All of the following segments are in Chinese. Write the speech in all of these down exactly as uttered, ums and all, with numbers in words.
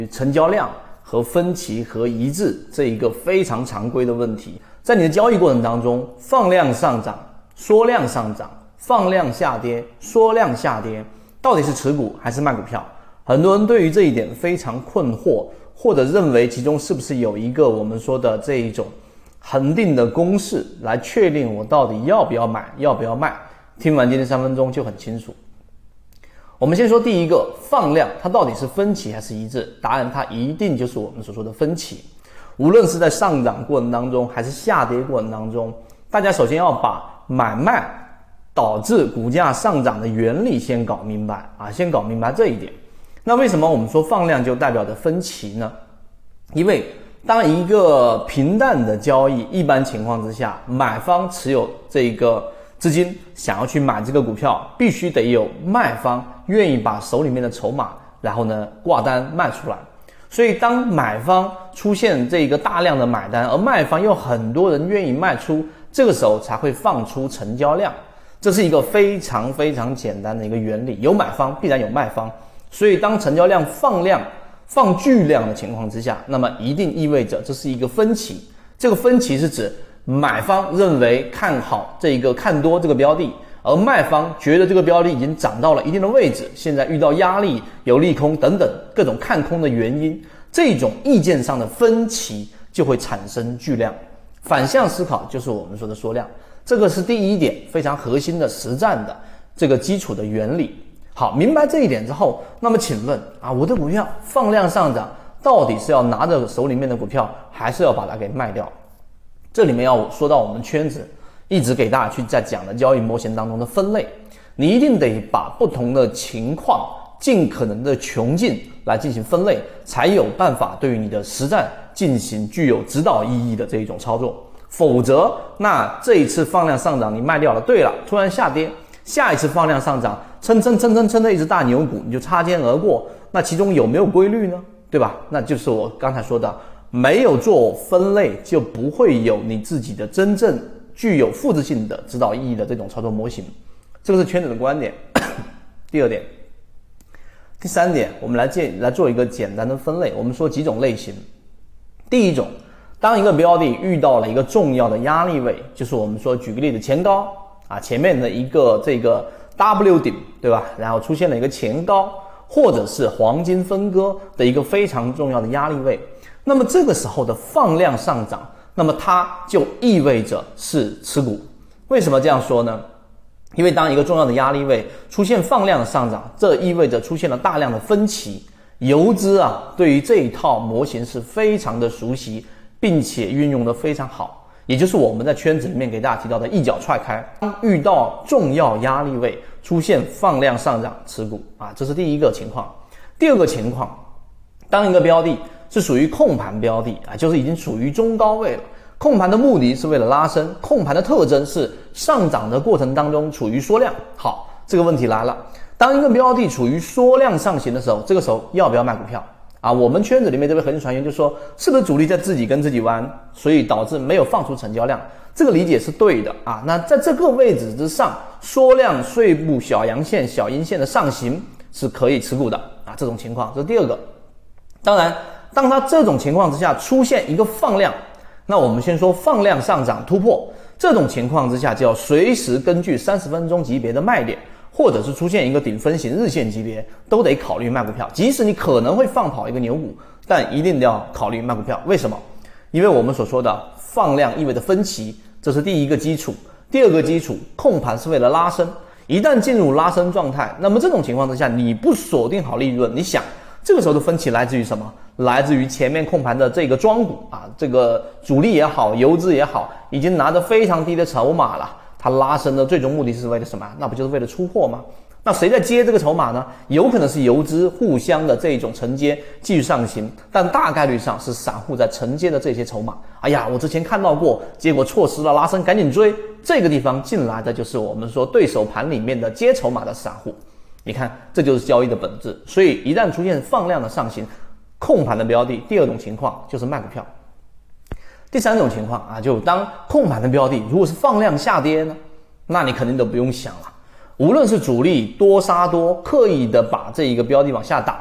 成交量和分歧和一致这一个非常常规的问题。在你的交易过程当中，放量上涨、缩量上涨、放量下跌、缩量下跌，到底是持股还是卖股票？很多人对于这一点非常困惑，或者认为其中是不是有一个我们说的这一种恒定的公式来确定我到底要不要买，要不要卖。听完今天三分钟就很清楚。我们先说第一个，放量它到底是分歧还是一致？答案它一定就是我们所说的分歧。无论是在上涨过程当中还是下跌过程当中，大家首先要把买卖导致股价上涨的原理先搞明白啊，先搞明白这一点。那为什么我们说放量就代表着分歧呢？因为当一个平淡的交易，一般情况之下，买方持有这个资金想要去买这个股票，必须得有卖方愿意把手里面的筹码然后呢挂单卖出来。所以当买方出现这个大量的买单，而卖方又很多人愿意卖出，这个时候才会放出成交量。这是一个非常非常简单的一个原理，有买方必然有卖方。所以当成交量放量放巨量的情况之下，那么一定意味着这是一个分歧。这个分歧是指买方认为看好这个看多这个标的，而卖方觉得这个标的已经涨到了一定的位置，现在遇到压力，有利空等等各种看空的原因，这种意见上的分歧就会产生巨量。反向思考就是我们说的缩量，这个是第一点非常核心的实战的这个基础的原理。好，明白这一点之后，那么请问啊，我的股票放量上涨，到底是要拿着手里面的股票，还是要把它给卖掉？这里面要说到我们圈子一直给大家去在讲的交易模型当中的分类，你一定得把不同的情况尽可能的穷尽来进行分类，才有办法对于你的实战进行具有指导意义的这一种操作。否则，那这一次放量上涨你卖掉了，对了，突然下跌，下一次放量上涨，撑撑撑撑撑的一只大牛股，你就擦肩而过，那其中有没有规律呢？对吧？那就是我刚才说的，没有做分类，就不会有你自己的真正具有复制性的指导意义的这种操作模型。这个是圈子的观点。第二点，第三点，我们来建来做一个简单的分类。我们说几种类型。第一种，当一个标的遇到了一个重要的压力位，就是我们说举个例子，前高啊，前面的一个这个 W 顶，对吧？然后出现了一个前高，或者是黄金分割的一个非常重要的压力位，那么这个时候的放量上涨，那么它就意味着是持股。为什么这样说呢？因为当一个重要的压力位出现放量的上涨，这意味着出现了大量的分歧。游资啊，对于这一套模型是非常的熟悉，并且运用的非常好，也就是我们在圈子里面给大家提到的一脚踹开。当遇到重要压力位出现放量上涨，持股啊，这是第一个情况。第二个情况，当一个标的是属于控盘标的啊，就是已经处于中高位了，控盘的目的是为了拉升，控盘的特征是上涨的过程当中处于缩量。好，这个问题来了，当一个标的处于缩量上行的时候，这个时候要不要卖股票啊？我们圈子里面这位核心船员就说，是不是主力在自己跟自己玩，所以导致没有放出成交量？这个理解是对的啊。那在这个位置之上，缩量碎步小阳线、小阴线的上行是可以持股的啊。这种情况，这是第二个。当然，当它这种情况之下出现一个放量，那我们先说放量上涨突破，这种情况之下就要随时根据三十分钟级别的卖点，或者是出现一个顶分型日线级别，都得考虑卖股票。即使你可能会放跑一个牛股，但一定要考虑卖股票。为什么？因为我们所说的放量意味着分歧，这是第一个基础。第二个基础，控盘是为了拉升，一旦进入拉升状态，那么这种情况之下，你不锁定好利润，你想这个时候的分歧来自于什么？来自于前面控盘的这个庄股啊，这个主力也好，游资也好，已经拿着非常低的筹码了，它拉升的最终目的是为了什么？那不就是为了出货吗？那谁在接这个筹码呢？有可能是游资互相的这种承接继续上行，但大概率上是散户在承接的这些筹码。哎呀，我之前看到过，结果错失了拉升，赶紧追。这个地方进来的就是我们说对手盘里面的接筹码的散户。你看，这就是交易的本质。所以一旦出现放量的上行，控盘的标的，第二种情况就是卖股票。第三种情况啊，就当控盘的标的如果是放量下跌呢，那你肯定都不用想了。无论是主力多杀多，刻意的把这一个标的往下打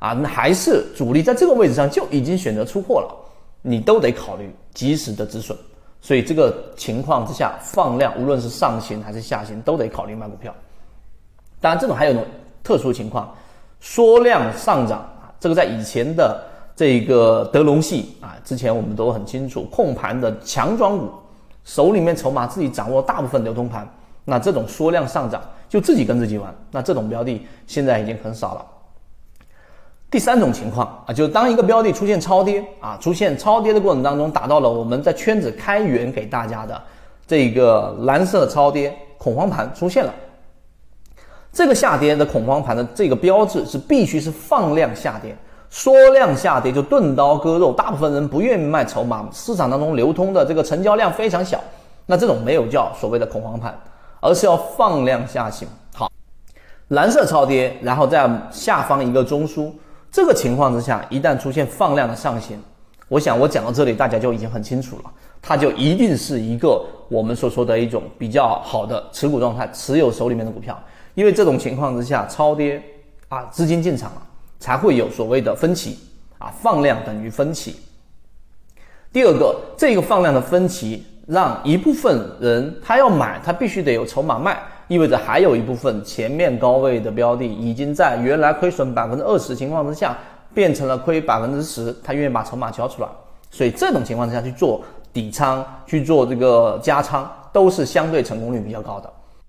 啊，还是主力在这个位置上就已经选择出货了，你都得考虑及时的止损。所以这个情况之下，放量无论是上行还是下行都得考虑卖股票。当然这种还有一种特殊情况，缩量上涨啊，这个在以前的这个德隆系啊，之前我们都很清楚，控盘的强庄股手里面筹码自己掌握大部分流通盘，那这种缩量上涨就自己跟自己玩，那这种标的现在已经很少了。第三种情况啊，就是当一个标的出现超跌啊，出现超跌的过程当中，达到了我们在圈子开源给大家的这个蓝色超跌恐慌盘出现了。这个下跌的恐慌盘的这个标志是必须是放量下跌，缩量下跌就钝刀割肉，大部分人不愿意卖筹码，市场当中流通的这个成交量非常小，那这种没有叫所谓的恐慌盘，而是要放量下行。好，蓝色超跌，然后在下方一个中枢，这个情况之下，一旦出现放量的上行，我想我讲到这里大家就已经很清楚了，它就一定是一个我们所说的一种比较好的持股状态，持有手里面的股票。因为这种情况之下，超跌啊，资金进场了，才会有所谓的分歧啊，放量等于分歧。第二个，这个放量的分歧让一部分人他要买，他必须得有筹码卖，意味着还有一部分前面高位的标的已经在原来亏损 百分之二十 情况之下变成了亏 百分之十， 他愿意把筹码交出来，所以这种情况之下去做底仓，去做这个加仓，都是相对成功率比较高的。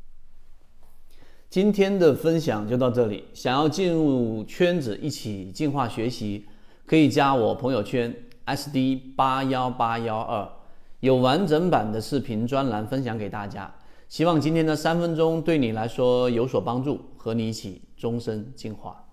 今天的分享就到这里，想要进入圈子一起进化学习，可以加我朋友圈 S D 八一八一二， 有完整版的视频专栏分享给大家。希望今天的三分钟对你来说有所帮助，和你一起终身进化。